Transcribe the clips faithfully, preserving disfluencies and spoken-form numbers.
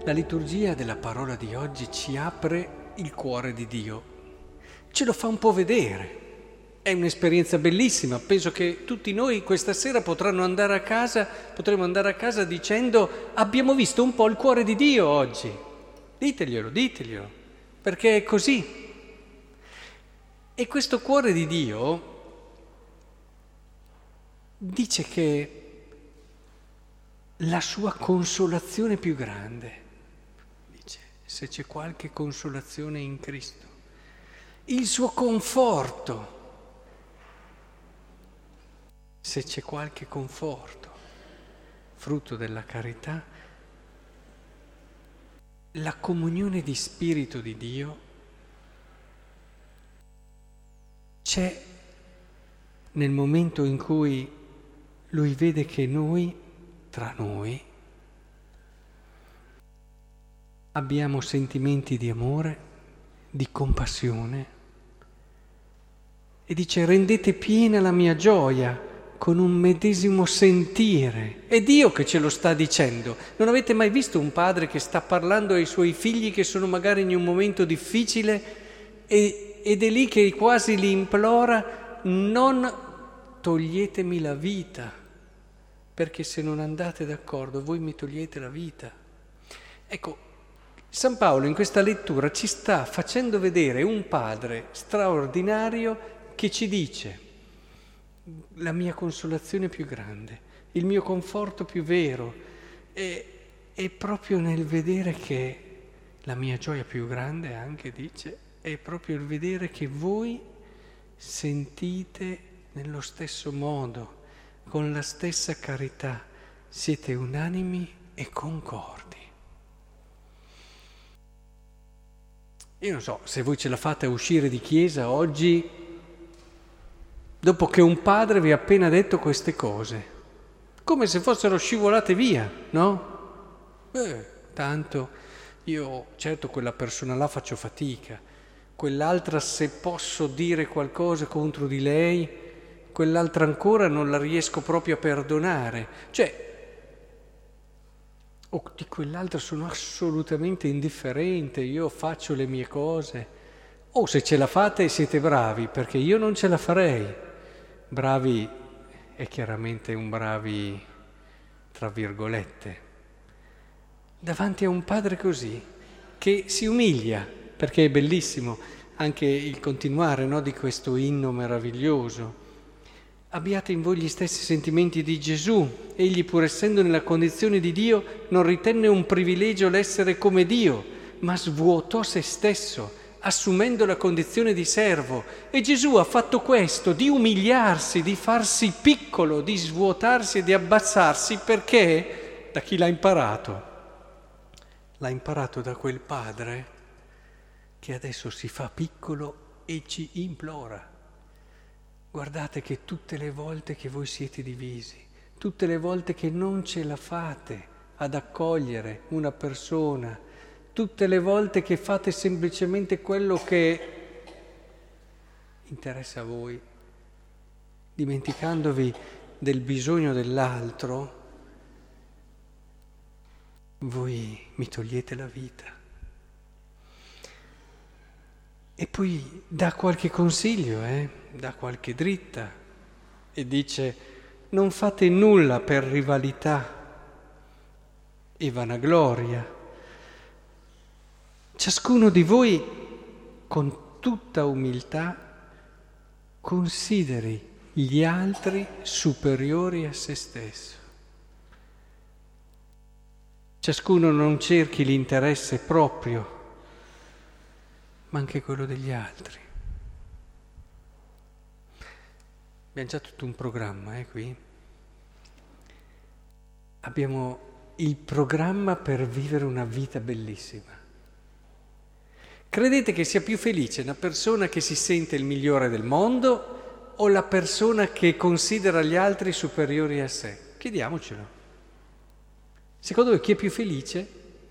La liturgia della parola di oggi ci apre il cuore di Dio, ce lo fa un po' vedere. È un'esperienza bellissima, penso che tutti noi questa sera potranno andare a casa, potremo andare a casa dicendo abbiamo visto un po' il cuore di Dio oggi. Diteglielo, diteglielo, perché è così. E questo cuore di Dio dice che la sua consolazione più grande, dice, se c'è qualche consolazione in Cristo, il suo conforto, se c'è qualche conforto, frutto della carità, la comunione di spirito di Dio c'è nel momento in cui Lui vede che noi, tra noi, abbiamo sentimenti di amore, di compassione e dice rendete piena la mia gioia con un medesimo sentire. È Dio che ce lo sta dicendo. Non avete mai visto un padre che sta parlando ai suoi figli che sono magari in un momento difficile e, ed è lì che quasi li implora: non toglietemi la vita, perché se non andate d'accordo voi mi togliete la vita. Ecco, San Paolo in questa lettura ci sta facendo vedere un padre straordinario che ci dice: la mia consolazione più grande, il mio conforto più vero è, è proprio nel vedere che la mia gioia più grande, anche dice, è proprio il vedere che voi sentite nello stesso modo, con la stessa carità, siete unanimi e concordi. Io non so se voi ce la fate a uscire di chiesa oggi dopo che un padre vi ha appena detto queste cose, come se fossero scivolate via, no? Eh, tanto io, certo quella persona là faccio fatica, quell'altra se posso dire qualcosa contro di lei, quell'altra ancora non la riesco proprio a perdonare, cioè, o di quell'altra sono assolutamente indifferente, io faccio le mie cose, o se ce la fate siete bravi, perché io non ce la farei. Bravi è chiaramente un bravi tra virgolette, davanti a un padre così, che si umilia, perché è bellissimo anche il continuare, no, di questo inno meraviglioso. Abbiate in voi gli stessi sentimenti di Gesù. Egli, pur essendo nella condizione di Dio, non ritenne un privilegio l'essere come Dio, ma svuotò se stesso, assumendo la condizione di servo. E Gesù ha fatto questo, di umiliarsi, di farsi piccolo, di svuotarsi e di abbassarsi, perché da chi l'ha imparato? L'ha imparato da quel padre che adesso si fa piccolo e ci implora. Guardate che tutte le volte che voi siete divisi, tutte le volte che non ce la fate ad accogliere una persona, tutte le volte che fate semplicemente quello che interessa a voi, dimenticandovi del bisogno dell'altro, voi mi togliete la vita. E poi dà qualche consiglio, eh? dà qualche dritta e dice: non fate nulla per rivalità e vanagloria. Ciascuno di voi, con tutta umiltà, consideri gli altri superiori a se stesso. Ciascuno non cerchi l'interesse proprio, ma anche quello degli altri. Abbiamo già tutto un programma, eh, qui. Abbiamo il programma per vivere una vita bellissima. Credete che sia più felice una persona che si sente il migliore del mondo o la persona che considera gli altri superiori a sé? Chiediamocelo. Secondo voi chi è più felice?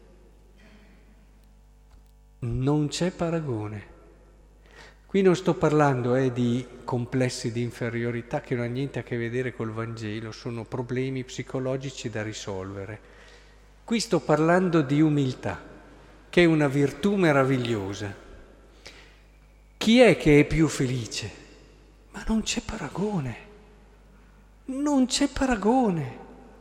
Non c'è paragone. Qui non sto parlando eh, di complessi di inferiorità che non hanno niente a che vedere col Vangelo, sono problemi psicologici da risolvere. Qui sto parlando di umiltà, che è una virtù meravigliosa. Chi è che è più felice? Ma non c'è paragone, non c'è paragone.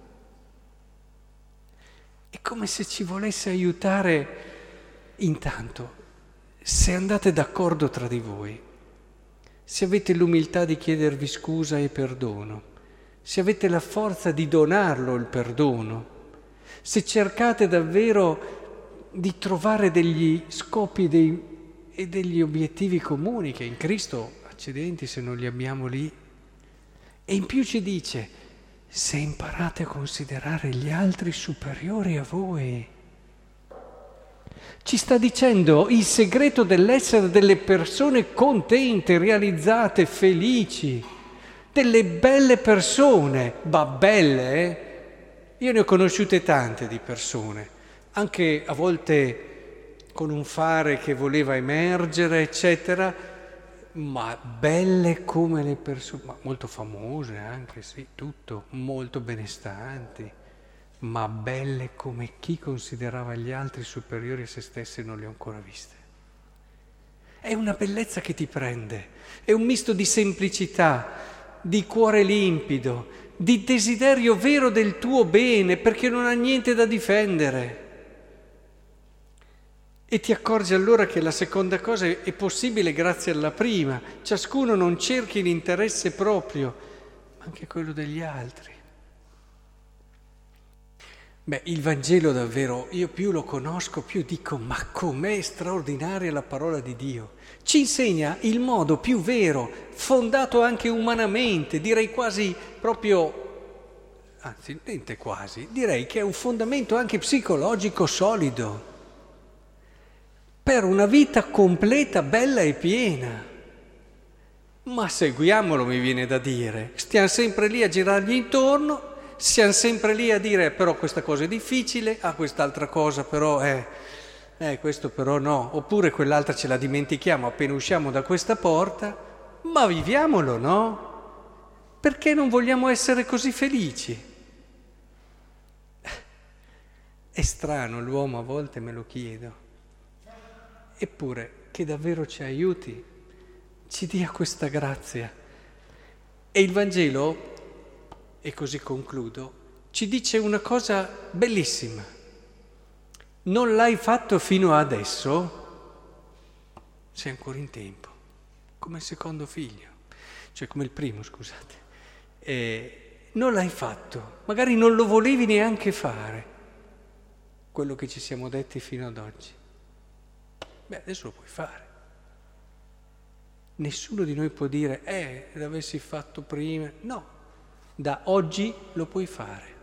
È come se ci volesse aiutare intanto, se andate d'accordo tra di voi, se avete l'umiltà di chiedervi scusa e perdono, se avete la forza di donarlo il perdono, se cercate davvero di trovare degli scopi dei, e degli obiettivi comuni che in Cristo, accidenti se non li abbiamo lì, e in più ci dice, se imparate a considerare gli altri superiori a voi. Ci sta dicendo il segreto dell'essere delle persone contente, realizzate, felici, delle belle persone, ma belle, eh? Io ne ho conosciute tante di persone, anche a volte con un fare che voleva emergere, eccetera, ma belle come le persone, ma molto famose anche, sì, tutto, molto benestanti, ma belle come chi considerava gli altri superiori a se stessi e non le ho ancora viste. È una bellezza che ti prende, è un misto di semplicità, di cuore limpido, di desiderio vero del tuo bene, perché non ha niente da difendere. E ti accorgi allora che la seconda cosa è possibile grazie alla prima. Ciascuno non cerchi l'interesse proprio, ma anche quello degli altri. Beh, il Vangelo davvero, io più lo conosco, più dico, ma com'è straordinaria la parola di Dio. Ci insegna il modo più vero, fondato anche umanamente, direi quasi proprio, anzi, niente quasi, direi che è un fondamento anche psicologico solido, per una vita completa, bella e piena. Ma seguiamolo, mi viene da dire. Stiamo sempre lì a girargli intorno, siamo sempre lì a dire però questa cosa è difficile, ah quest'altra cosa però è, eh, questo però no, oppure quell'altra ce la dimentichiamo appena usciamo da questa porta, ma viviamolo, no? Perché non vogliamo essere così felici? È strano, l'uomo a volte me lo chiedo. Eppure che davvero ci aiuti, ci dia questa grazia. E il Vangelo, e così concludo, ci dice una cosa bellissima. Non l'hai fatto fino adesso, sei ancora in tempo, come il secondo figlio, cioè come il primo, scusate. E non l'hai fatto, magari non lo volevi neanche fare, quello che ci siamo detti fino ad oggi. Beh, adesso lo puoi fare. Nessuno di noi può dire, eh, l'avessi fatto prima. No, da oggi lo puoi fare.